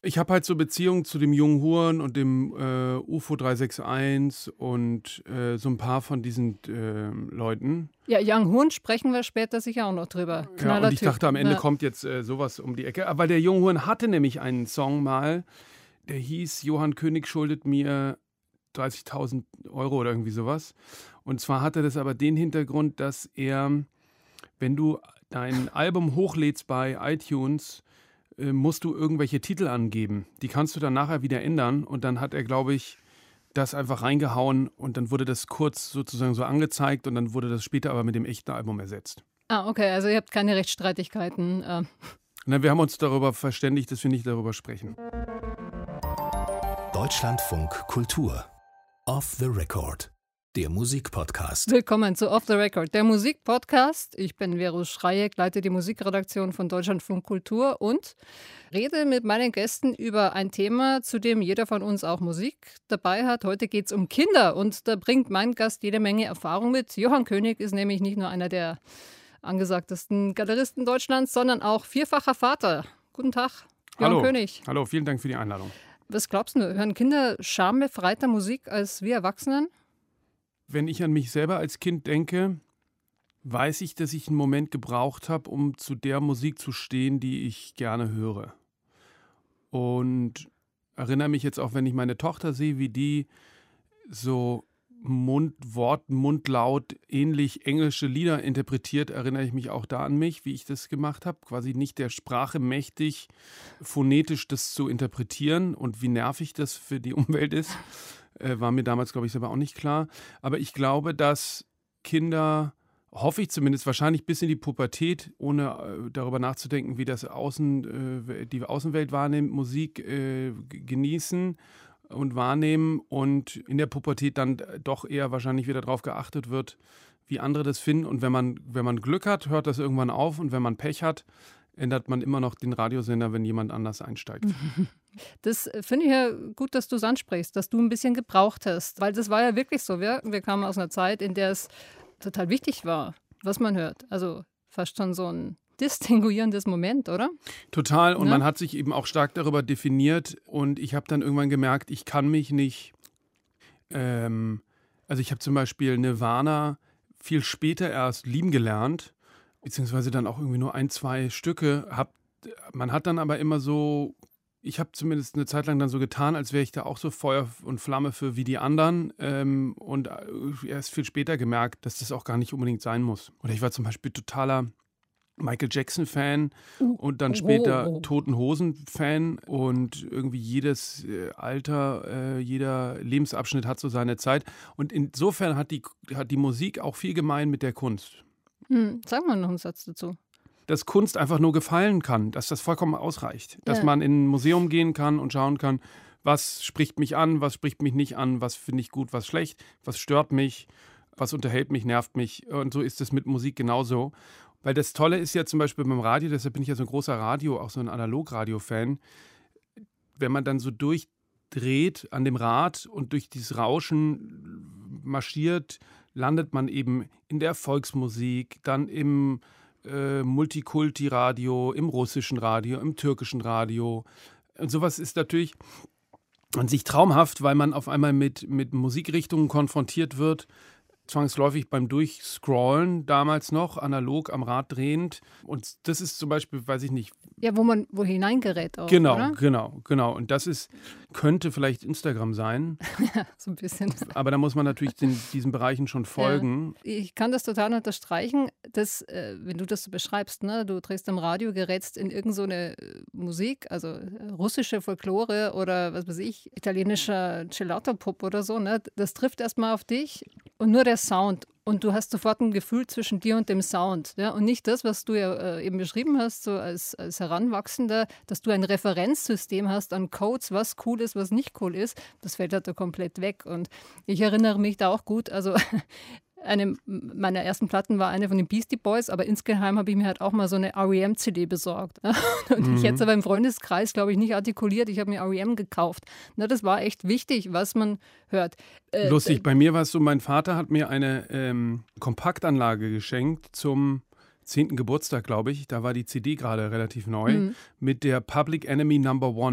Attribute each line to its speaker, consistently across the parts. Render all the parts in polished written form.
Speaker 1: Ich habe halt so Beziehungen zu dem Jungen Huren und dem UFO 361 und so ein paar von diesen Leuten.
Speaker 2: Ja, Young Horn sprechen wir später sicher auch noch drüber.
Speaker 1: Ja, und ich dachte, am Ende kommt jetzt sowas um die Ecke. Aber der Jungen Huren hatte nämlich einen Song mal, der hieß Johann König schuldet mir 30.000 Euro oder irgendwie sowas. Und zwar hatte das aber den Hintergrund, dass er, wenn du dein Album hochlädst bei iTunes, musst du irgendwelche Titel angeben. Die kannst du dann nachher wieder ändern. Und dann hat er, glaube ich, das einfach reingehauen und dann wurde das kurz sozusagen so angezeigt und dann wurde das später aber mit dem echten Album ersetzt.
Speaker 2: Ah, okay, also ihr habt keine Rechtsstreitigkeiten.
Speaker 1: Na, wir haben uns darüber verständigt, dass wir nicht darüber sprechen.
Speaker 3: Deutschlandfunk Kultur. Off the Record. Der Musikpodcast.
Speaker 2: Willkommen zu Off the Record, der Musikpodcast. Ich bin Vero Schreieck, leite die Musikredaktion von Deutschlandfunk Kultur und rede mit meinen Gästen über ein Thema, zu dem jeder von uns auch Musik dabei hat. Heute geht es um Kinder und da bringt mein Gast jede Menge Erfahrung mit. Johann König ist nämlich nicht nur einer der angesagtesten Galeristen Deutschlands, sondern auch vierfacher Vater. Guten Tag, Johann König.
Speaker 1: Hallo, vielen Dank für die Einladung.
Speaker 2: Was glaubst du, hören Kinder schambefreiter Musik als wir Erwachsenen?
Speaker 1: Wenn ich an mich selber als Kind denke, weiß ich, dass ich einen Moment gebraucht habe, um zu der Musik zu stehen, die ich gerne höre. Und erinnere mich jetzt auch, wenn ich meine Tochter sehe, wie die so mundlaut ähnlich englische Lieder interpretiert, erinnere ich mich auch da an mich, wie ich das gemacht habe. Quasi nicht der Sprache mächtig, phonetisch das zu interpretieren und wie nervig das für die Umwelt ist. War mir damals, glaube ich, selber auch nicht klar. Aber ich glaube, dass Kinder, hoffe ich zumindest, wahrscheinlich bis in die Pubertät, ohne darüber nachzudenken, wie das die Außenwelt wahrnimmt, Musik genießen und wahrnehmen und in der Pubertät dann doch eher wahrscheinlich wieder darauf geachtet wird, wie andere das finden. Und wenn man Glück hat, hört das irgendwann auf. Und wenn man Pech hat, ändert man immer noch den Radiosender, wenn jemand anders einsteigt.
Speaker 2: Das finde ich ja gut, dass du es ansprichst, dass du ein bisschen gebraucht hast. Weil das war ja wirklich so. Wir kamen aus einer Zeit, in der es total wichtig war, was man hört. Also fast schon so ein distinguierendes Moment, oder?
Speaker 1: Total. Und man hat sich eben auch stark darüber definiert. Und ich habe dann irgendwann gemerkt, ich kann mich nicht... also ich habe zum Beispiel Nirvana viel später erst lieben gelernt, beziehungsweise dann auch irgendwie nur 1, 2 Stücke. Man hat dann aber immer so, ich habe zumindest eine Zeit lang dann so getan, als wäre ich da auch so Feuer und Flamme für wie die anderen und erst viel später gemerkt, dass das auch gar nicht unbedingt sein muss. Oder ich war zum Beispiel totaler Michael Jackson-Fan und dann später Toten Hosen-Fan und irgendwie jedes Alter, jeder Lebensabschnitt hat so seine Zeit. Und insofern hat die Musik auch viel gemein mit der Kunst.
Speaker 2: Sag mal noch einen Satz dazu.
Speaker 1: Dass Kunst einfach nur gefallen kann, dass das vollkommen ausreicht. Dass man in ein Museum gehen kann und schauen kann, was spricht mich an, was spricht mich nicht an, was finde ich gut, was schlecht, was stört mich, was unterhält mich, nervt mich. Und so ist es mit Musik genauso. Weil das Tolle ist ja zum Beispiel beim Radio, deshalb bin ich ja so ein großer auch so ein Analog-Radio-Fan, wenn man dann so durchdreht an dem Rad und durch dieses Rauschen marschiert, landet man eben in der Volksmusik, dann im Multikulti-Radio, im russischen Radio, im türkischen Radio. Und sowas ist natürlich an sich traumhaft, weil man auf einmal mit Musikrichtungen konfrontiert wird, zwangsläufig beim Durchscrollen, damals noch, analog am Rad drehend. Und das ist zum Beispiel, weiß ich nicht.
Speaker 2: Ja, wo hineingerät auch,
Speaker 1: genau,
Speaker 2: oder?
Speaker 1: Genau. Und das könnte vielleicht Instagram sein.
Speaker 2: Ja, so ein bisschen.
Speaker 1: Aber da muss man natürlich diesen Bereichen schon folgen.
Speaker 2: Ja, ich kann das total unterstreichen, dass, wenn du das so beschreibst, ne, du drehst am Radio, gerätst in irgend so eine Musik, also russische Folklore oder was weiß ich, italienischer Gelato-Pop oder so, ne, das trifft erstmal auf dich und nur der Sound. Und du hast sofort ein Gefühl zwischen dir und dem Sound. Ja? Und nicht das, was du ja eben beschrieben hast, so als Heranwachsender, dass du ein Referenzsystem hast an Codes, was cool ist, was nicht cool ist. Das fällt halt da komplett weg. Und ich erinnere mich da auch gut, also eine meiner ersten Platten war eine von den Beastie Boys, aber insgeheim habe ich mir halt auch mal so eine R.E.M.-CD besorgt. Und ich hätte es aber im Freundeskreis, glaube ich, nicht artikuliert. Ich habe mir R.E.M. gekauft. Na, das war echt wichtig, was man hört.
Speaker 1: Lustig, bei mir war es so, mein Vater hat mir eine Kompaktanlage geschenkt zum 10. Geburtstag, glaube ich. Da war die CD gerade relativ neu, mit der Public Enemy No. 1.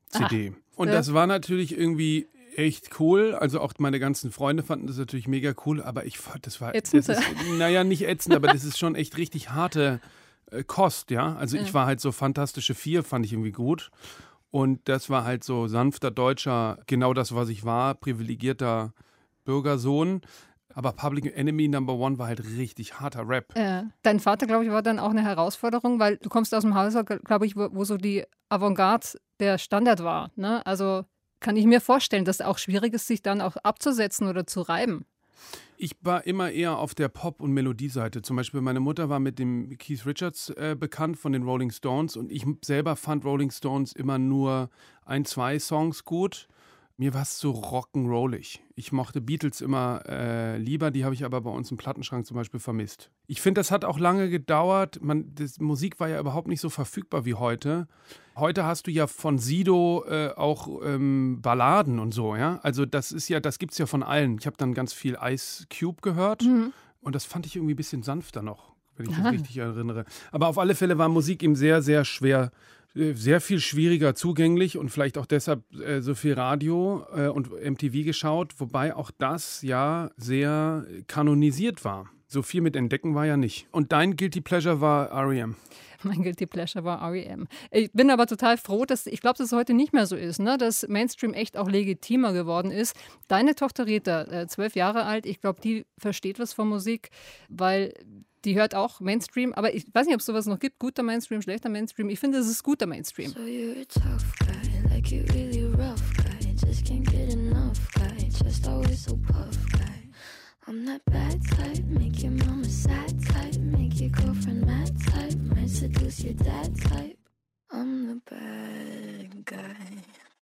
Speaker 1: CD. Und das war natürlich irgendwie echt cool. Also auch meine ganzen Freunde fanden das natürlich mega cool, aber ich fand, naja, nicht ätzend, aber das ist schon echt richtig harte Kost, ja. Also ich war halt so Fantastische Vier, fand ich irgendwie gut. Und das war halt so sanfter Deutscher, genau das, was ich war, privilegierter Bürgersohn. Aber Public Enemy No. 1 war halt richtig harter Rap.
Speaker 2: Dein Vater, glaube ich, war dann auch eine Herausforderung, weil du kommst aus dem Haus, glaube ich, wo so die Avantgarde der Standard war. Ne? Also kann ich mir vorstellen, dass es auch schwierig ist, sich dann auch abzusetzen oder zu reiben.
Speaker 1: Ich war immer eher auf der Pop- und Melodieseite. Zum Beispiel meine Mutter war mit dem Keith Richards bekannt von den Rolling Stones und ich selber fand Rolling Stones immer nur 1, 2 Songs gut. Mir war es so rock'n'rollig. Ich mochte Beatles immer lieber, die habe ich aber bei uns im Plattenschrank zum Beispiel vermisst. Ich finde, das hat auch lange gedauert. Musik war ja überhaupt nicht so verfügbar wie heute. Heute hast du ja von Sido auch Balladen und so, ja. Also das gibt es ja von allen. Ich habe dann ganz viel Ice Cube gehört und das fand ich irgendwie ein bisschen sanfter noch, wenn ich das richtig erinnere. Aber auf alle Fälle war Musik ihm sehr, sehr schwer, sehr viel schwieriger zugänglich und vielleicht auch deshalb so viel Radio und MTV geschaut, wobei auch das ja sehr kanonisiert war. So viel mit Entdecken war ja nicht. Und dein Guilty Pleasure war R.E.M.
Speaker 2: Mein Guilty Pleasure war R.E.M. Ich bin aber total froh, ich glaube, dass es heute nicht mehr so ist, ne? Dass Mainstream echt auch legitimer geworden ist. Deine Tochter Rita, 12 Jahre alt, ich glaube, die versteht was von Musik, weil die hört auch Mainstream, aber ich weiß nicht, ob es sowas noch gibt, guter Mainstream, schlechter Mainstream. Ich finde, es ist guter Mainstream.
Speaker 4: So you're a tough guy, like you really rough guy, just can't get enough guy, just always so puff guy. I'm that bad type, make your mama sad type, make your girlfriend mad type, might seduce your dad type. I'm the bad guy.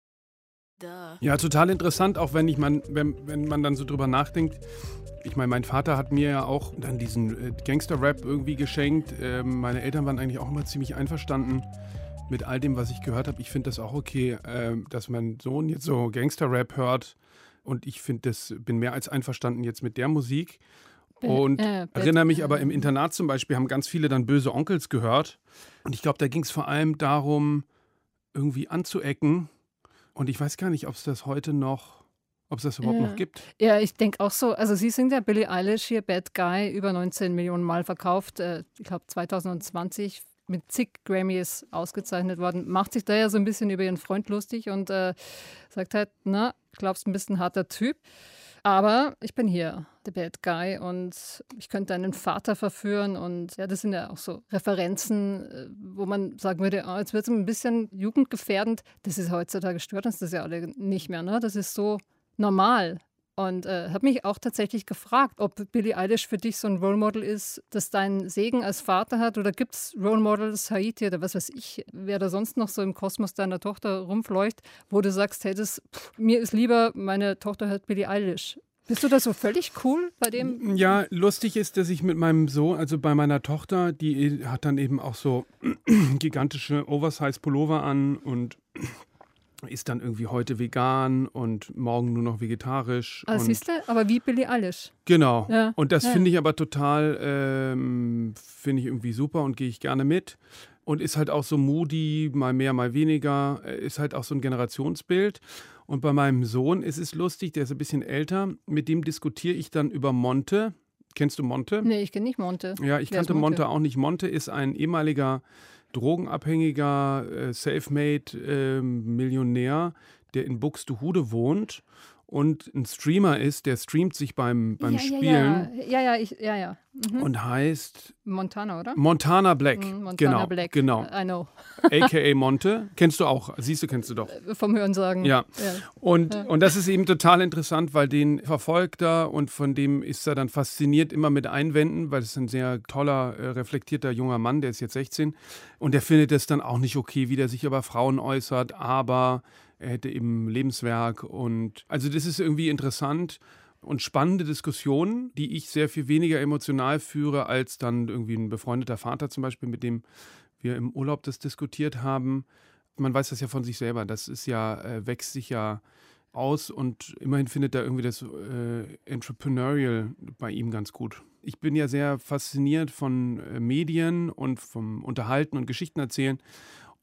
Speaker 1: Ja, total interessant, auch wenn man dann so drüber nachdenkt. Ich meine, mein Vater hat mir ja auch dann diesen Gangster-Rap irgendwie geschenkt. Meine Eltern waren eigentlich auch immer ziemlich einverstanden mit all dem, was ich gehört habe. Ich finde das auch okay, dass mein Sohn jetzt so Gangster-Rap hört. Und ich bin mehr als einverstanden jetzt mit der Musik. Und erinnere mich aber, im Internat zum Beispiel haben ganz viele dann Böse Onkels gehört. Und ich glaube, da ging es vor allem darum, irgendwie anzuecken. Und ich weiß gar nicht, ob es das heute noch, ob es das überhaupt noch gibt.
Speaker 2: Ja, ich denke auch so. Also sie singt ja Billie Eilish hier, Bad Guy, über 19 Millionen Mal verkauft. Ich glaube 2020 mit zig Grammys ausgezeichnet worden. Macht sich da ja so ein bisschen über ihren Freund lustig und sagt halt, na, glaubst ein bisschen harter Typ. Aber ich bin hier, der Bad Guy, und ich könnte deinen Vater verführen. Und ja, das sind ja auch so Referenzen, wo man sagen würde, jetzt wird es ein bisschen jugendgefährdend. Das ist heutzutage, stört uns das ja alle nicht mehr. Ne? Das ist so normal. Und habe mich auch tatsächlich gefragt, ob Billie Eilish für dich so ein Role Model ist, das deinen Segen als Vater hat. Oder gibt es Role Models, Haiti oder was weiß ich, wer da sonst noch so im Kosmos deiner Tochter rumfleucht, wo du sagst, hey, mir ist lieber, meine Tochter hört Billie Eilish. Bist du da so völlig cool bei dem?
Speaker 1: Ja, lustig ist, dass ich mit meinem Sohn, also bei meiner Tochter, die hat dann eben auch so gigantische Oversize-Pullover an und ist dann irgendwie heute vegan und morgen nur noch vegetarisch.
Speaker 2: Ah, siehst du, aber wie Billie Eilish.
Speaker 1: Genau.
Speaker 2: Ja.
Speaker 1: Und das finde ich aber total, finde ich irgendwie super und gehe ich gerne mit. Und ist halt auch so moody, mal mehr, mal weniger. Ist halt auch so ein Generationsbild. Und bei meinem Sohn ist es lustig, der ist ein bisschen älter. Mit dem diskutiere ich dann über Monte. Kennst du Monte?
Speaker 2: Nee, ich kenne nicht Monte.
Speaker 1: Ja, ich kannte Monte auch nicht. Monte ist ein ehemaliger drogenabhängiger, Selfmade-Millionär, der in Buxtehude wohnt und ein Streamer ist, der streamt sich beim Spielen.
Speaker 2: Ja. Mhm.
Speaker 1: Und heißt
Speaker 2: Montana, oder?
Speaker 1: Montana Black.
Speaker 2: Montana Black.
Speaker 1: Genau.
Speaker 2: I know.
Speaker 1: A.k.a. Monte. Kennst du auch. Kennst du doch.
Speaker 2: Vom Hörensagen.
Speaker 1: Ja. Und das ist eben total interessant, weil den verfolgt er und von dem ist er dann fasziniert, immer mit Einwänden, weil es ein sehr toller, reflektierter junger Mann, der ist jetzt 16. Und der findet es dann auch nicht okay, wie der sich über Frauen äußert, aber er hätte eben Lebenswerk und also das ist irgendwie interessant. Und spannende Diskussionen, die ich sehr viel weniger emotional führe, als dann irgendwie ein befreundeter Vater zum Beispiel, mit dem wir im Urlaub das diskutiert haben. Man weiß das ja von sich selber, das ist ja, wächst sich ja aus und immerhin findet er irgendwie das Entrepreneurial bei ihm ganz gut. Ich bin ja sehr fasziniert von Medien und vom Unterhalten und Geschichten erzählen.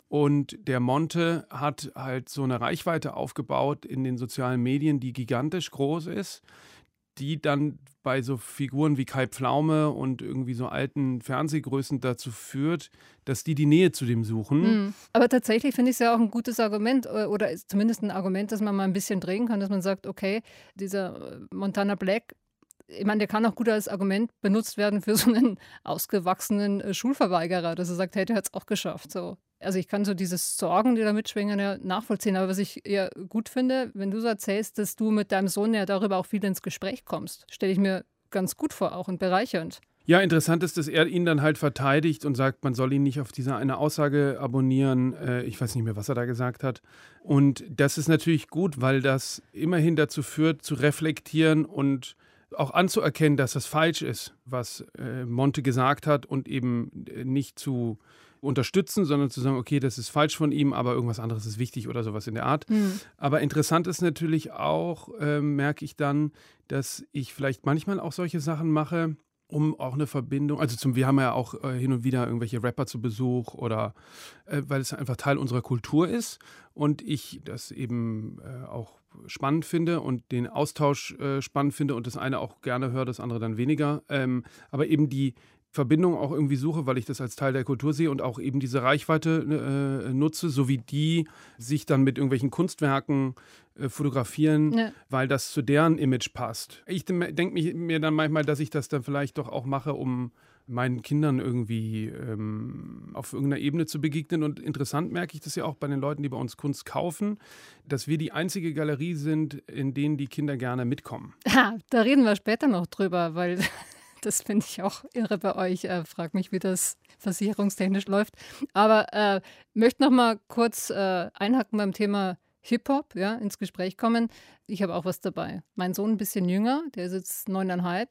Speaker 1: Und der Monte hat halt so eine Reichweite aufgebaut in den sozialen Medien, die gigantisch groß ist, die dann bei so Figuren wie Kai Pflaume und irgendwie so alten Fernsehgrößen dazu führt, dass die Nähe zu dem suchen.
Speaker 2: Aber tatsächlich finde ich es ja auch ein gutes Argument oder zumindest ein Argument, das man mal ein bisschen drehen kann, dass man sagt, okay, dieser Montana Black, ich meine, der kann auch gut als Argument benutzt werden für so einen ausgewachsenen Schulverweigerer, dass er sagt, hey, der hat es auch geschafft. So. Also ich kann so dieses Sorgen, die da mitschwingen, ja nachvollziehen. Aber was ich eher gut finde, wenn du so erzählst, dass du mit deinem Sohn ja darüber auch viel ins Gespräch kommst, stelle ich mir ganz gut vor, auch und bereichernd.
Speaker 1: Ja, interessant ist, dass er ihn dann halt verteidigt und sagt, man soll ihn nicht auf diese eine Aussage abonnieren. Ich weiß nicht mehr, was er da gesagt hat. Und das ist natürlich gut, weil das immerhin dazu führt, zu reflektieren und auch anzuerkennen, dass das falsch ist, was Monte gesagt hat und eben nicht zu unterstützen, sondern zu sagen, okay, das ist falsch von ihm, aber irgendwas anderes ist wichtig oder sowas in der Art. Aber interessant ist natürlich auch, merke ich dann, dass ich vielleicht manchmal auch solche Sachen mache, um auch eine Verbindung, also wir haben ja auch hin und wieder irgendwelche Rapper zu Besuch oder weil es einfach Teil unserer Kultur ist und ich das eben auch spannend finde und den Austausch spannend finde und das eine auch gerne höre, das andere dann weniger. Aber eben die Verbindung auch irgendwie suche, weil ich das als Teil der Kultur sehe und auch eben diese Reichweite nutze, so wie die sich dann mit irgendwelchen Kunstwerken fotografieren, weil das zu deren Image passt. Ich denke mir dann manchmal, dass ich das dann vielleicht doch auch mache, um meinen Kindern irgendwie auf irgendeiner Ebene zu begegnen. Und interessant merke ich das ja auch bei den Leuten, die bei uns Kunst kaufen, dass wir die einzige Galerie sind, in denen die Kinder gerne mitkommen.
Speaker 2: Ja, da reden wir später noch drüber, weil das finde ich auch irre bei euch. Frag mich, wie das versicherungstechnisch läuft. Aber möchte noch mal kurz einhaken beim Thema Hip-Hop, ja, ins Gespräch kommen. Ich habe auch was dabei. Mein Sohn ein bisschen jünger, der ist jetzt 9,5.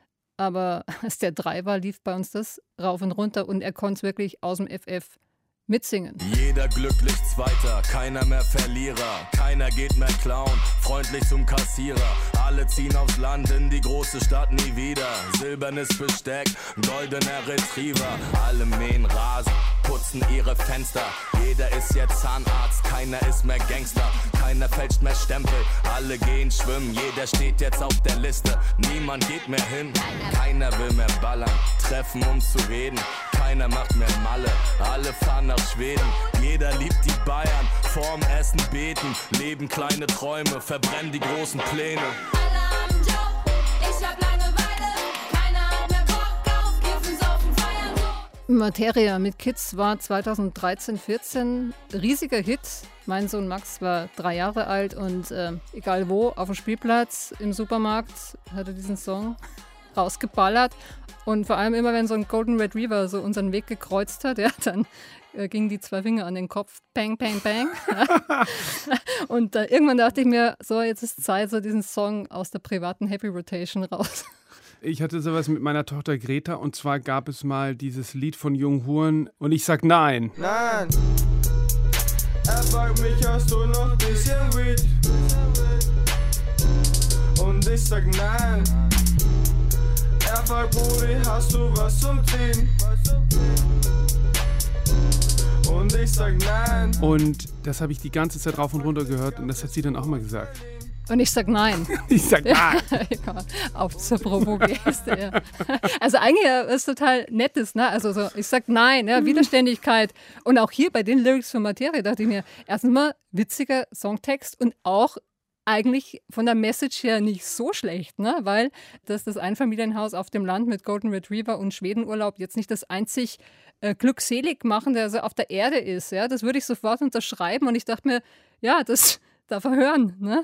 Speaker 2: Aber als der 3 war, lief bei uns das rauf und runter und er konnte es wirklich aus dem FF mitsingen.
Speaker 5: Jeder glücklich Zweiter, keiner mehr Verlierer, keiner geht mehr klauen, freundlich zum Kassierer. Alle ziehen aufs Land in die große Stadt nie wieder. Silbernes Besteck, goldener Retriever. Alle mähen Rasen, putzen ihre Fenster. Jeder ist jetzt Zahnarzt, keiner ist mehr Gangster. Keiner fälscht mehr Stempel, alle gehen schwimmen. Jeder steht jetzt auf der Liste, niemand geht mehr hin. Keiner will mehr ballern, treffen um zu reden. Keiner macht mehr Malle, alle fahren nach Schweden. Jeder liebt die Bayern, vorm Essen beten. Leben kleine Träume, verbrennen die großen Pläne.
Speaker 4: Alle am Job, ich hab Langeweile. Keiner hat mehr Bock auf Kiffen, Saufen, Feiern.
Speaker 2: Materia mit Kids war 2013, 14 riesiger Hit. Mein Sohn Max war 3 Jahre alt und egal wo, auf dem Spielplatz, im Supermarkt, hat er diesen Song rausgeballert. Und vor allem immer, wenn so ein Golden Retriever so unseren Weg gekreuzt hat, ja, dann gingen die 2 Finger an den Kopf, bang, bang, bang. Und irgendwann dachte ich mir, so, jetzt ist Zeit, so diesen Song aus der privaten Happy Rotation raus.
Speaker 1: Ich hatte sowas mit meiner Tochter Greta und zwar gab es mal dieses Lied von Jung Huren und ich sag nein.
Speaker 6: Nein, er fragt mich, hast du noch ein bisschen Weed? Und ich sag nein. Er fragt, Brudi, hast du was zum Ziehen? Und ich sag nein.
Speaker 1: Und das habe ich die ganze Zeit rauf und runter gehört und das hat sie dann auch mal gesagt.
Speaker 2: Und ich sag nein.
Speaker 1: Ich sag nein.
Speaker 2: Ja, auf zur Promo-Geste, ja. Also eigentlich was total Nettes, ne? Also so, ich sag nein, ja, Widerständigkeit. Und auch hier bei den Lyrics von Materia dachte ich mir, erstens mal witziger Songtext und auch eigentlich von der Message her nicht so schlecht, ne? Weil das Einfamilienhaus auf dem Land mit Golden Retriever und Schwedenurlaub jetzt nicht das einzig glückselig machende, also auf der Erde ist. Ja? Das würde ich sofort unterschreiben und ich dachte mir, ja, das darf er hören. Ne?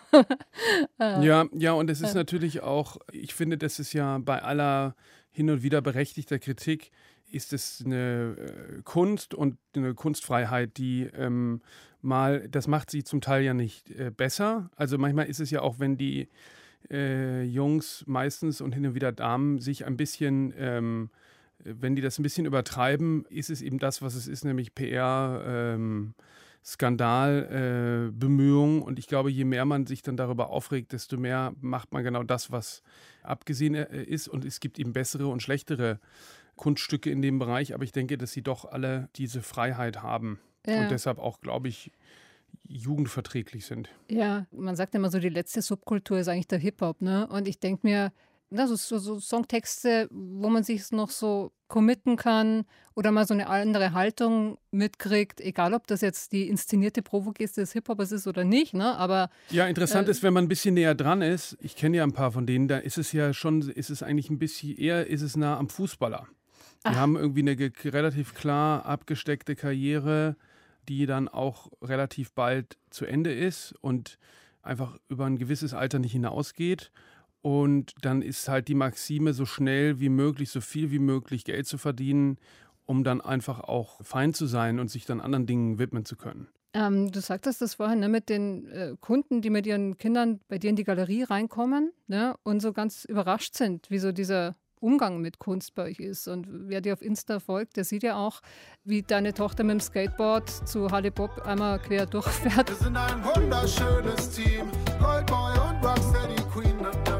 Speaker 1: Ja, und es ist natürlich auch, ich finde, das ist ja bei aller hin und wieder berechtigter Kritik, ist es eine Kunst und eine Kunstfreiheit, die das macht sie zum Teil ja nicht besser. Also manchmal ist es ja auch, wenn die Jungs meistens und hin und wieder Damen sich ein bisschen, wenn die das ein bisschen übertreiben, ist es eben das, was es ist, nämlich PR, Skandal, Bemühungen. Und ich glaube, je mehr man sich dann darüber aufregt, desto mehr macht man genau das, was abgesehen ist. Und es gibt eben bessere und schlechtere Kunststücke in dem Bereich. Aber ich denke, dass sie doch alle diese Freiheit haben. und deshalb auch, glaube ich, jugendverträglich sind.
Speaker 2: Ja, man sagt immer so, die letzte Subkultur ist eigentlich der Hip-Hop, ne? Und ich denke mir, so Songtexte, wo man sich noch so committen kann oder mal so eine andere Haltung mitkriegt, egal ob das jetzt die inszenierte Provogeste des Hip-Hopers ist oder nicht, ne? Aber
Speaker 1: ja, interessant ist, wenn man ein bisschen näher dran ist, ich kenne ja ein paar von denen, da ist es ja schon, ist es eigentlich ein bisschen, eher ist es nah am Fußballer. Die haben irgendwie eine relativ klar abgesteckte Karriere, die dann auch relativ bald zu Ende ist und einfach über ein gewisses Alter nicht hinausgeht. Und dann ist halt die Maxime, so schnell wie möglich, so viel wie möglich Geld zu verdienen, um dann einfach auch fein zu sein und sich dann anderen Dingen widmen zu können.
Speaker 2: Du sagtest das vorhin, ne, mit den Kunden, die mit ihren Kindern bei dir in die Galerie reinkommen, ne, und so ganz überrascht sind, wie so dieser Umgang mit Kunst bei euch ist. Und wer dir auf Insta folgt, der sieht ja auch, wie deine Tochter mit dem Skateboard zu Harley Bob einmal quer durchfährt.
Speaker 6: Wir sind ein wunderschönes Team, Goldboy und Rocksteady Queen.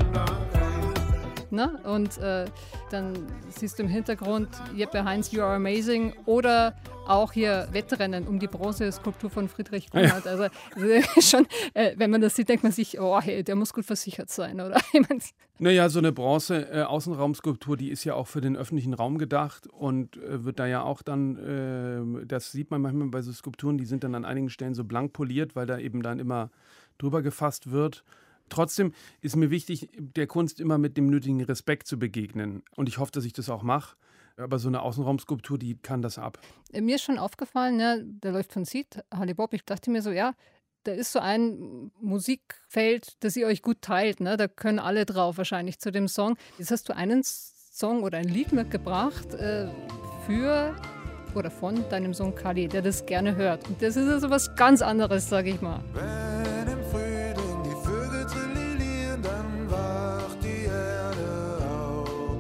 Speaker 2: Ne? Und dann siehst du im Hintergrund Jeppe Heinz, You Are Amazing, oder auch hier Wettrennen um die Bronze-Skulptur von Friedrich Kunert. Ja. Also schon, wenn man das sieht, denkt man sich, oh hey, der muss gut versichert sein, oder?
Speaker 1: Naja, so eine Bronze-Außenraumskulptur, die ist ja auch für den öffentlichen Raum gedacht und wird da ja auch dann, das sieht man manchmal bei so Skulpturen, die sind dann an einigen Stellen so blank poliert, weil da eben dann immer drüber gefasst wird. Trotzdem ist mir wichtig, der Kunst immer mit dem nötigen Respekt zu begegnen. Und ich hoffe, dass ich das auch mache. Aber so eine Außenraumskulptur, die kann das ab.
Speaker 2: Mir ist schon aufgefallen, ne, der läuft von Seed, Harley Bob. Ich dachte mir so, ja, da ist so ein Musikfeld, das ihr euch gut teilt. Ne? Da können alle drauf wahrscheinlich zu dem Song. Jetzt hast du einen Song oder ein Lied mitgebracht für oder von deinem Sohn Kali, der das gerne hört. Und das ist also was ganz anderes, sage ich mal.
Speaker 6: Wenn im Frühling die Vögel trillieren, dann wacht die Erde auf.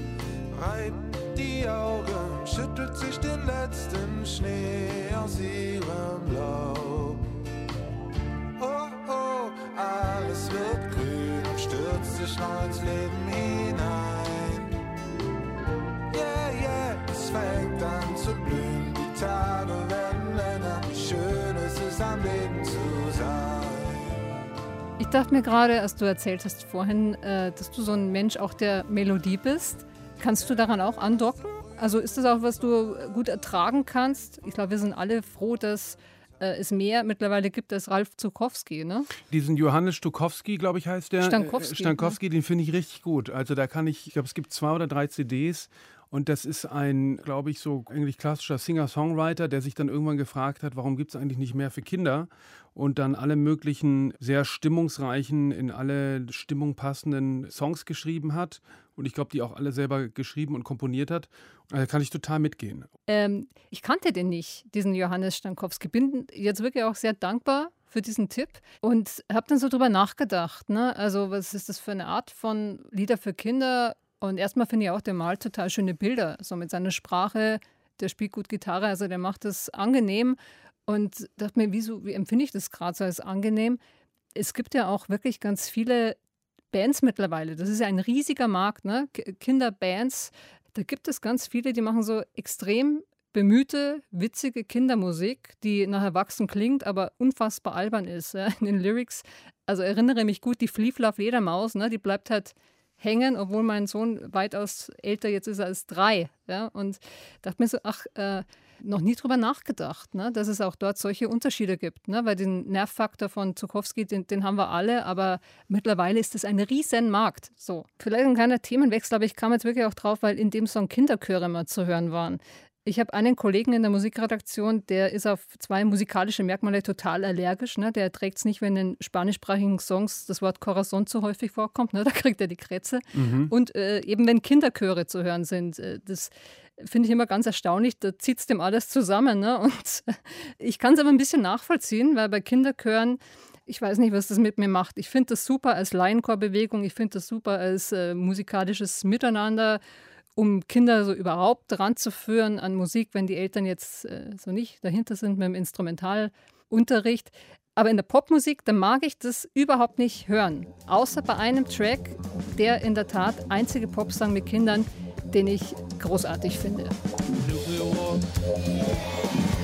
Speaker 6: Reibt die Augen, schüttelt sich den letzten Schnee aus ihrem Laub. Oh, oh, alles wird grün und stürzt sich neu ins Leben hinein. Yeah, yeah, es fängt an zu blühen, die Tage werden länger, wie schön es ist, am Leben zu sein.
Speaker 2: Ich dachte mir gerade, als du erzählt hast vorhin, dass du so ein Mensch auch der Melodie bist, kannst du daran auch andocken? Also ist das auch, was du gut ertragen kannst? Ich glaube, wir sind alle froh, dass es mehr mittlerweile gibt als Ralf Zuckowski, ne?
Speaker 1: Diesen Johannes Stukowski, glaube ich, heißt der. Stankowski, den finde ich richtig gut. Also da kann ich glaube, es gibt 2 oder 3 CDs. Und das ist ein, glaube ich, so eigentlich klassischer Singer-Songwriter, der sich dann irgendwann gefragt hat, warum gibt es eigentlich nicht mehr für Kinder? Und dann alle möglichen sehr stimmungsreichen, in alle Stimmung passenden Songs geschrieben hat. Und ich glaube, die auch alle selber geschrieben und komponiert hat. Da kann ich total mitgehen.
Speaker 2: Ich kannte den nicht, diesen Johannes Stankowski. Bin jetzt wirklich auch sehr dankbar für diesen Tipp und habe dann so drüber nachgedacht. Ne? Also was ist das für eine Art von Lieder für Kinder? Und erstmal finde ich auch, der malt total schöne Bilder, so mit seiner Sprache, der spielt gut Gitarre, also der macht das angenehm. Und dachte mir, wie empfinde ich das gerade so als angenehm? Es gibt ja auch wirklich ganz viele Bands mittlerweile, das ist ja ein riesiger Markt, ne? Kinderbands, da gibt es ganz viele, die machen so extrem bemühte, witzige Kindermusik, die nach Erwachsenen klingt, aber unfassbar albern ist, ja? In den Lyrics. Also erinnere mich gut, die Flieflaff Ledermaus, ne? Die bleibt halt hängen, obwohl mein Sohn weitaus älter jetzt ist als 3. Ja? Und dachte mir so, noch nie drüber nachgedacht, ne? Dass es auch dort solche Unterschiede gibt. Ne? Weil den Nervfaktor von Zuckowski, den haben wir alle, aber mittlerweile ist es ein riesen Markt. So. Vielleicht ein kleiner Themenwechsel, aber ich kam jetzt wirklich auch drauf, weil in dem Song Kinderchöre mal zu hören waren. Ich habe einen Kollegen in der Musikredaktion, der ist auf 2 musikalische Merkmale total allergisch. Ne? Der erträgt es nicht, wenn in spanischsprachigen Songs das Wort Corazon zu häufig vorkommt. Ne? Da kriegt er die Krätze. Mhm. Und eben wenn Kinderchöre zu hören sind, das finde ich immer ganz erstaunlich. Da zieht es dem alles zusammen. Ne? Und ich kann es aber ein bisschen nachvollziehen, weil bei Kinderchören, ich weiß nicht, was das mit mir macht. Ich finde das super als Laienchorbewegung. Ich finde das super als musikalisches Miteinander, um Kinder so überhaupt ranzuführen an Musik, wenn die Eltern jetzt so nicht dahinter sind mit dem Instrumentalunterricht. Aber in der Popmusik, da mag ich das überhaupt nicht hören. Außer bei einem Track, der in der Tat einzige Popsong mit Kindern, den ich großartig finde.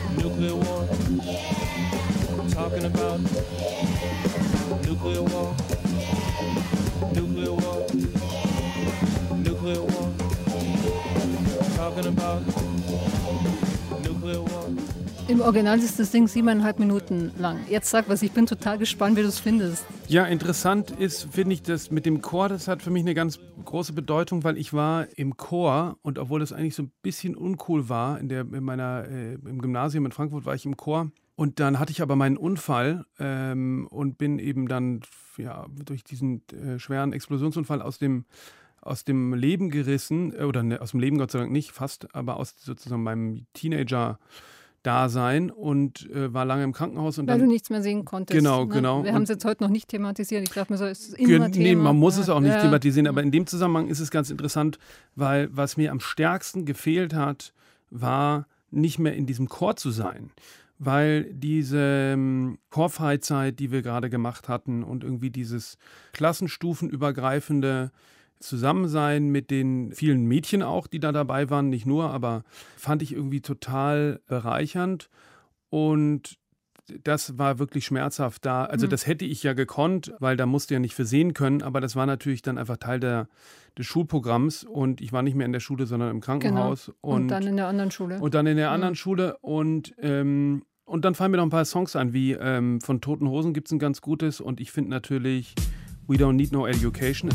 Speaker 6: nuclear war. Talking about nuclear war. Nuclear war. Nuclear war. Talking about nuclear war.
Speaker 2: Im Original ist das Ding 7,5 Minuten lang. Jetzt sag was, ich bin total gespannt, wie du es findest.
Speaker 1: Ja, interessant ist, finde ich, das mit dem Chor, das hat für mich eine ganz große Bedeutung, weil ich war im Chor und obwohl das eigentlich so ein bisschen uncool war, im Gymnasium in Frankfurt war ich im Chor und dann hatte ich aber meinen Unfall und bin eben dann durch diesen schweren Explosionsunfall aus dem Leben gerissen, aus dem Leben Gott sei Dank nicht, fast, aber aus sozusagen meinem Teenager-Dasein und war lange im Krankenhaus. Und
Speaker 2: weil du nichts mehr sehen konntest.
Speaker 1: Genau,
Speaker 2: ne?
Speaker 1: genau.
Speaker 2: Wir haben es jetzt heute noch nicht thematisiert. Ich dachte mir so, es ist immer Thema.
Speaker 1: Nee, man muss es auch nicht thematisieren, aber in dem Zusammenhang ist es ganz interessant, weil was mir am stärksten gefehlt hat, war nicht mehr in diesem Chor zu sein. Weil diese Chorfreizeit, die wir gerade gemacht hatten und irgendwie dieses klassenstufenübergreifende Zusammensein mit den vielen Mädchen auch, die da dabei waren, nicht nur, aber fand ich irgendwie total bereichernd und das war wirklich schmerzhaft da. Also das hätte ich ja gekonnt, weil da musste ja nicht für sehen können, aber das war natürlich dann einfach Teil des Schulprogramms und ich war nicht mehr in der Schule, sondern im Krankenhaus.
Speaker 2: Genau. Und dann in der anderen Schule.
Speaker 1: Und dann in der anderen Schule und dann fallen mir noch ein paar Songs an, wie von Toten Hosen gibt es ein ganz gutes und ich finde natürlich We Don't Need No Education.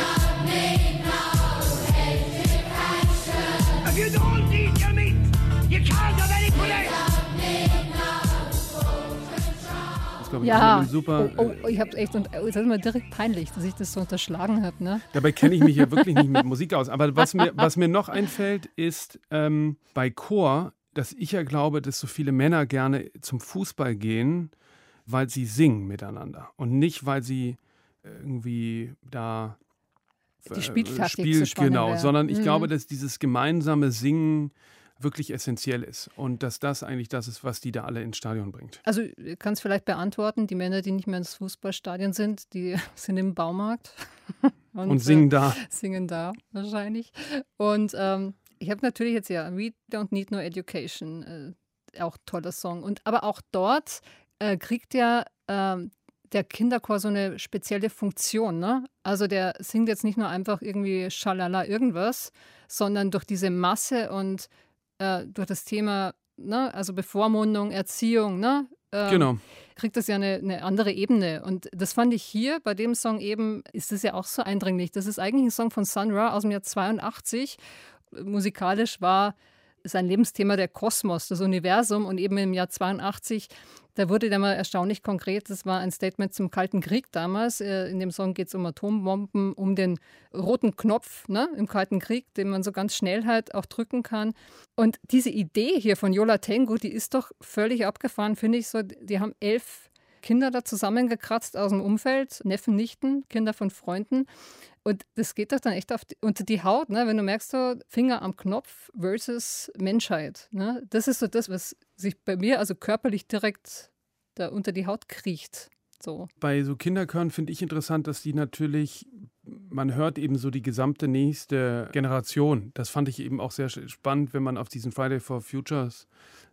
Speaker 7: If you don't eat your meat, you can't have any police.
Speaker 1: Das glaube ich
Speaker 2: Ja,
Speaker 1: super.
Speaker 2: Ich hab's echt, und es ist mir direkt peinlich, dass ich das so unterschlagen habe. Ne?
Speaker 1: Dabei kenne ich mich ja wirklich nicht mit Musik aus. Aber was mir noch einfällt, ist bei Chor, dass ich ja glaube, dass so viele Männer gerne zum Fußball gehen, weil sie singen miteinander und nicht, weil sie irgendwie da
Speaker 2: die Spieltaktik zu spannen
Speaker 1: genau,
Speaker 2: wäre.
Speaker 1: sondern ich glaube, dass dieses gemeinsame Singen wirklich essentiell ist und dass das eigentlich das ist, was die da alle ins Stadion bringt.
Speaker 2: Also du kannst vielleicht beantworten, die Männer, die nicht mehr ins Fußballstadion sind, die sind im Baumarkt.
Speaker 1: und singen da.
Speaker 2: Singen da wahrscheinlich. Und ich habe natürlich jetzt We Don't Need No Education, auch toller Song. Aber auch dort kriegt ja der Kinderchor so eine spezielle Funktion, ne? Also der singt jetzt nicht nur einfach irgendwie Schalala irgendwas, sondern durch diese Masse und durch das Thema, ne? Also Bevormundung, Erziehung, ne?
Speaker 1: Genau.
Speaker 2: Kriegt das ja eine andere Ebene. Und das fand ich hier bei dem Song eben, ist das ja auch so eindringlich. Das ist eigentlich ein Song von Sun Ra aus dem Jahr 82. Musikalisch war sein Lebensthema der Kosmos, das Universum. Und eben im Jahr 82, da wurde der mal erstaunlich konkret. Das war ein Statement zum Kalten Krieg damals. In dem Song geht es um Atombomben, um den roten Knopf, ne, im Kalten Krieg, den man so ganz schnell halt auch drücken kann. Und diese Idee hier von Yo La Tengo, die ist doch völlig abgefahren, finde ich so. Die haben 11 Kinder da zusammengekratzt aus dem Umfeld, Neffen, Nichten, Kinder von Freunden. Und das geht doch dann echt unter die Haut, ne? Wenn du merkst, so Finger am Knopf versus Menschheit. Ne? Das ist so das, was sich bei mir also körperlich direkt da unter die Haut kriecht. So.
Speaker 1: Bei so Kinderchören finde ich interessant, dass die natürlich, man hört eben so die gesamte nächste Generation. Das fand ich eben auch sehr spannend, wenn man auf diesen Friday for Futures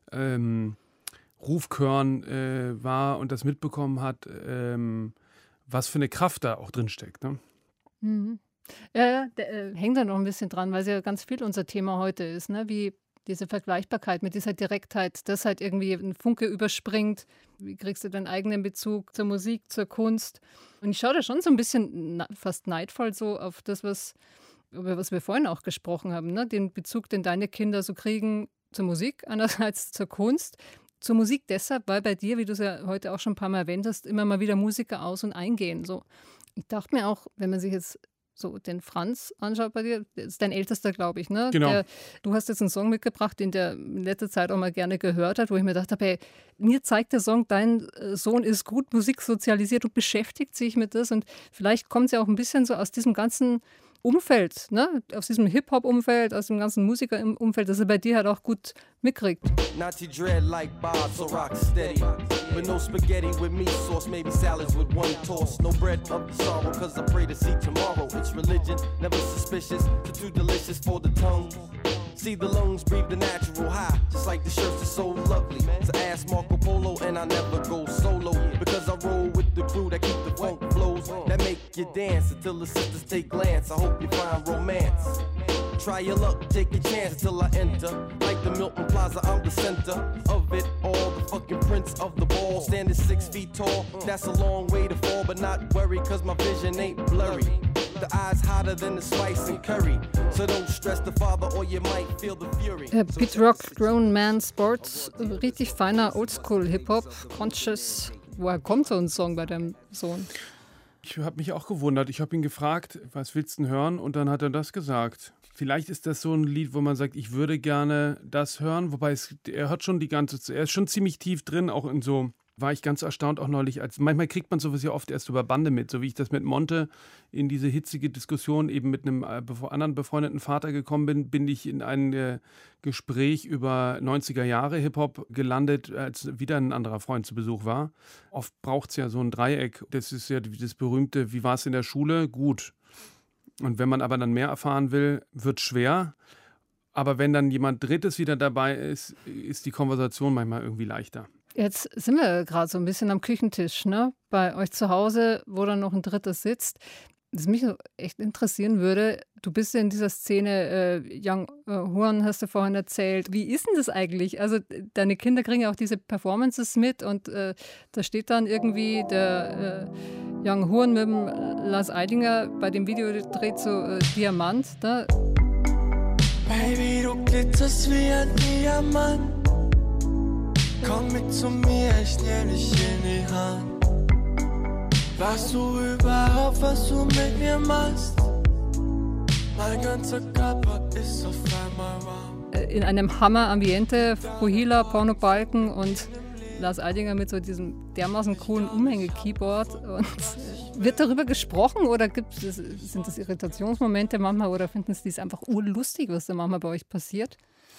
Speaker 1: Rufchören war und das mitbekommen hat, was für eine Kraft da auch drin steckt. Ne?
Speaker 2: Mhm. Ja, hängt da noch ein bisschen dran, weil es ja ganz viel unser Thema heute ist, ne? Wie diese Vergleichbarkeit mit dieser Direktheit, das halt irgendwie ein Funke überspringt. Wie kriegst du deinen eigenen Bezug zur Musik, zur Kunst? Und ich schaue da schon so ein bisschen fast neidvoll so auf das, über was wir vorhin auch gesprochen haben, ne? Den Bezug, den deine Kinder so kriegen zur Musik, einerseits zur Kunst. Zur Musik deshalb, weil bei dir, wie du es ja heute auch schon ein paar Mal erwähnt hast, immer mal wieder Musiker aus- und eingehen. So. Ich dachte mir auch, wenn man sich jetzt so den Franz anschaut bei dir, das ist dein Ältester, glaube ich, ne?
Speaker 1: Genau.
Speaker 2: Du hast jetzt einen Song mitgebracht, den der in letzter Zeit auch mal gerne gehört hat, wo ich mir gedacht habe, hey, mir zeigt der Song, dein Sohn ist gut musiksozialisiert und beschäftigt sich mit das und vielleicht kommt es ja auch ein bisschen so aus diesem ganzen Umfeld, ne? Aus diesem Hip-Hop-Umfeld, aus dem ganzen Musiker-Umfeld, das er bei dir halt auch gut mitkriegt.
Speaker 8: Nazi dread like Bob, so rock steady. But no spaghetti with meat sauce, maybe salads with one toss. No bread of the sorrow, cause I pray to see tomorrow. It's religion, never suspicious, too delicious for the tongue. See the lungs breathe the natural high, just like the shirts are so lovely. So ask Marco Polo and I never go solo, because I roll with the crew that keep the funk flows, that make you dance until the sisters take glance. I hope you find romance. Try your luck, take a chance till I enter. Like the Milton Plaza, I'm the center of it all. The fucking prince of the ball, standing 6 feet tall. That's a long way to fall, but not worry, cause my vision ain't blurry. The eyes hotter than the spice and curry. So don't stress the father or you might feel the fury.
Speaker 2: Pete Rock, Grown Man Sports, richtig feiner Oldschool-Hip-Hop, conscious. Woher kommt so ein Song bei deinem Sohn?
Speaker 1: Ich habe mich auch gewundert. Ich habe ihn gefragt, was willst du denn hören? Und dann hat er das gesagt. Vielleicht ist das so ein Lied, wo man sagt, ich würde gerne das hören. Wobei er hat schon er ist schon ziemlich tief drin, auch in so, war ich ganz erstaunt auch neulich. Manchmal kriegt man sowas ja oft erst über Bande mit, so wie ich das mit Monte in diese hitzige Diskussion eben mit einem anderen befreundeten Vater gekommen bin ich in ein Gespräch über 90er Jahre Hip-Hop gelandet, als wieder ein anderer Freund zu Besuch war. Oft braucht es ja so ein Dreieck. Das ist ja das berühmte, wie war es in der Schule? Gut. Und wenn man aber dann mehr erfahren will, wird es schwer. Aber wenn dann jemand Drittes wieder dabei ist, ist die Konversation manchmal irgendwie leichter.
Speaker 2: Jetzt sind wir gerade so ein bisschen am Küchentisch, ne? Bei euch zu Hause, wo dann noch ein Dritter sitzt. Was mich echt interessieren würde, du bist ja in dieser Szene, Young Horn hast du vorhin erzählt. Wie ist denn das eigentlich? Also deine Kinder kriegen ja auch diese Performances mit und da steht dann irgendwie der Young Horn mit dem Lars Eidinger bei dem Video dreht so Diamant. Ne?
Speaker 6: Baby, du glitterst wie ein Diamant. Komm mit zu mir, ich nehm dich in die Hand. Weißt du überhaupt, was du mit mir machst? Mein ganzer Körper ist auf einmal warm.
Speaker 2: In einem Hammer-Ambiente, Fuhila, Pornobalken und Lars Eidinger mit so diesem dermaßen coolen Umhänge-Keyboard. Und wird darüber gesprochen oder sind das Irritationsmomente manchmal oder finden Sie es einfach urlustig, was da manchmal bei euch passiert?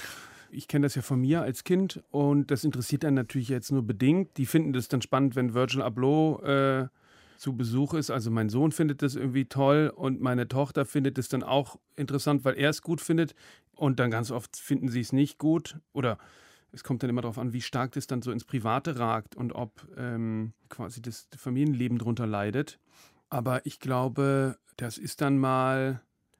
Speaker 1: Ich kenne das ja von mir als Kind und das interessiert einen natürlich jetzt nur bedingt. Die finden das dann spannend, wenn Virgil Abloh zu Besuch ist. Also mein Sohn findet das irgendwie toll und meine Tochter findet es dann auch interessant, weil er es gut findet. Und dann ganz oft finden sie es nicht gut. Oder es kommt dann immer darauf an, wie stark das dann so ins Private ragt und ob quasi das Familienleben drunter leidet. Aber ich glaube, das ist dann mal,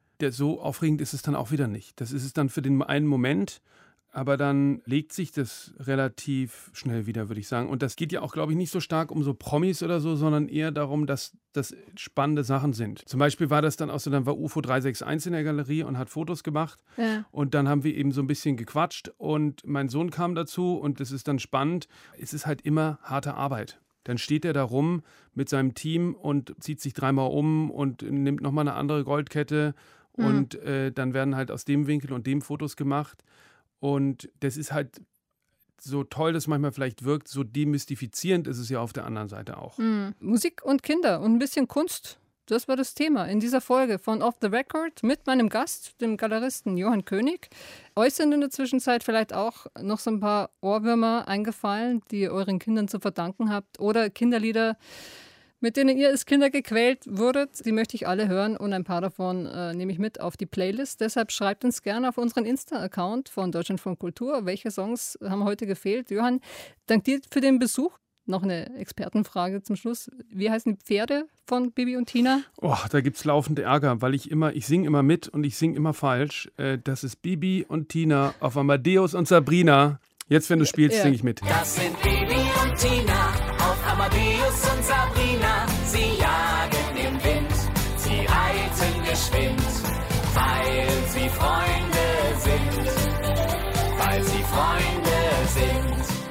Speaker 1: so aufregend ist es dann auch wieder nicht. Das ist es dann für den einen Moment. Aber dann legt sich das relativ schnell wieder, würde ich sagen. Und das geht ja auch, glaube ich, nicht so stark um so Promis oder so, sondern eher darum, dass das spannende Sachen sind. Zum Beispiel war das dann auch so, dann war UFO 361 in der Galerie und hat Fotos gemacht. Ja. Und dann haben wir eben so ein bisschen gequatscht und mein Sohn kam dazu und das ist dann spannend. Es ist halt immer harte Arbeit. Dann steht er da rum mit seinem Team und zieht sich 3-mal um und nimmt nochmal eine andere Goldkette. Und dann werden halt aus dem Winkel und dem Fotos gemacht. Und das ist halt so toll, dass es manchmal vielleicht wirkt, so demystifizierend ist es ja auf der anderen Seite auch.
Speaker 2: Musik und Kinder und ein bisschen Kunst, das war das Thema in dieser Folge von Off the Record mit meinem Gast, dem Galeristen Johann König. Euch sind in der Zwischenzeit vielleicht auch noch so ein paar Ohrwürmer eingefallen, die ihr euren Kindern zu verdanken habt oder Kinderlieder, mit denen ihr als Kinder gequält wurdet. Die möchte ich alle hören und ein paar davon nehme ich mit auf die Playlist. Deshalb schreibt uns gerne auf unseren Insta-Account von Deutschlandfunk Kultur, welche Songs haben heute gefehlt. Johann, dank dir für den Besuch. Noch eine Expertenfrage zum Schluss. Wie heißen die Pferde von Bibi und Tina?
Speaker 1: Oh, da gibt es laufend Ärger, weil ich singe immer mit und ich singe immer falsch. Das ist Bibi und Tina auf Amadeus und Sabrina. Jetzt, wenn du spielst, singe ich mit.
Speaker 9: Das sind Bibi und Tina auf Amadeus und Sabrina. Sie jagen im Wind, sie reiten geschwind, weil sie Freunde sind. Weil sie Freunde sind.